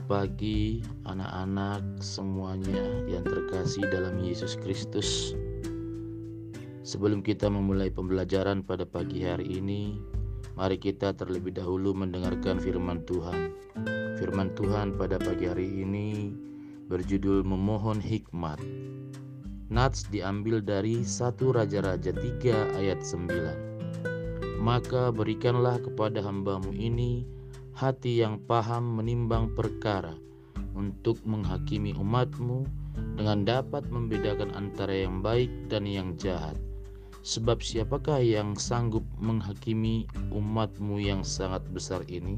Selamat pagi anak-anak semuanya yang terkasih dalam Yesus Kristus. Sebelum kita memulai pembelajaran pada pagi hari ini, mari kita terlebih dahulu mendengarkan firman Tuhan. Firman Tuhan pada pagi hari ini berjudul Memohon Hikmat. Nats diambil dari 1 Raja-Raja 3 ayat 9. Maka berikanlah kepada hambamu ini hati yang paham menimbang perkara, untuk menghakimi umatmu dengan dapat membedakan antara yang baik dan yang jahat. Sebab siapakah yang sanggup menghakimi umatmu yang sangat besar ini?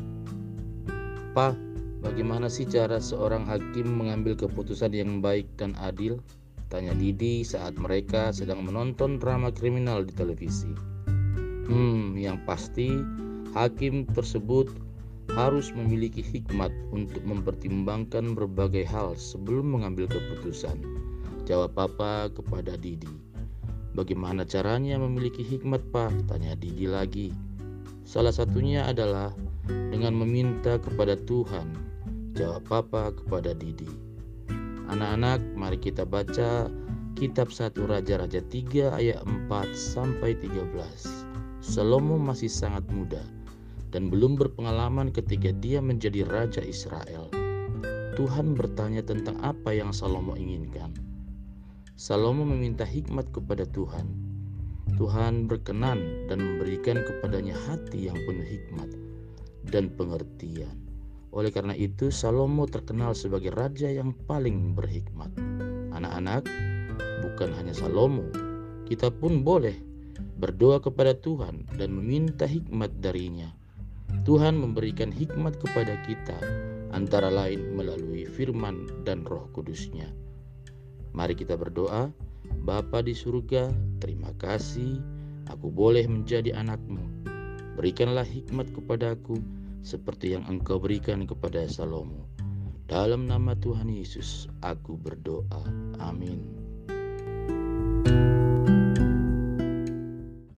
Pak, bagaimana sih cara seorang hakim mengambil keputusan yang baik dan adil? Tanya Didi saat mereka sedang menonton drama kriminal di televisi. Yang pasti hakim tersebut harus memiliki hikmat untuk mempertimbangkan berbagai hal sebelum mengambil keputusan. Jawab Papa kepada Didi. Bagaimana caranya memiliki hikmat, Pak? Tanya Didi lagi. Salah satunya adalah dengan meminta kepada Tuhan. Jawab Papa kepada Didi. Anak-anak, mari kita baca kitab 1 Raja-Raja 3 ayat 4 sampai 13. Salomo masih sangat muda dan belum berpengalaman ketika dia menjadi raja Israel. Tuhan bertanya tentang apa yang Salomo inginkan. Salomo meminta hikmat kepada Tuhan. Tuhan berkenan dan memberikan kepadanya hati yang penuh hikmat dan pengertian. Oleh karena itu, Salomo terkenal sebagai raja yang paling berhikmat. Anak-anak, bukan hanya Salomo, kita pun boleh berdoa kepada Tuhan dan meminta hikmat darinya. Tuhan memberikan hikmat kepada kita, antara lain melalui firman dan Roh Kudus-Nya. Mari kita berdoa. Bapa di surga, terima kasih aku boleh menjadi anakmu. Berikanlah hikmat kepadaku seperti yang Engkau berikan kepada Salomo. Dalam nama Tuhan Yesus aku berdoa. Amin.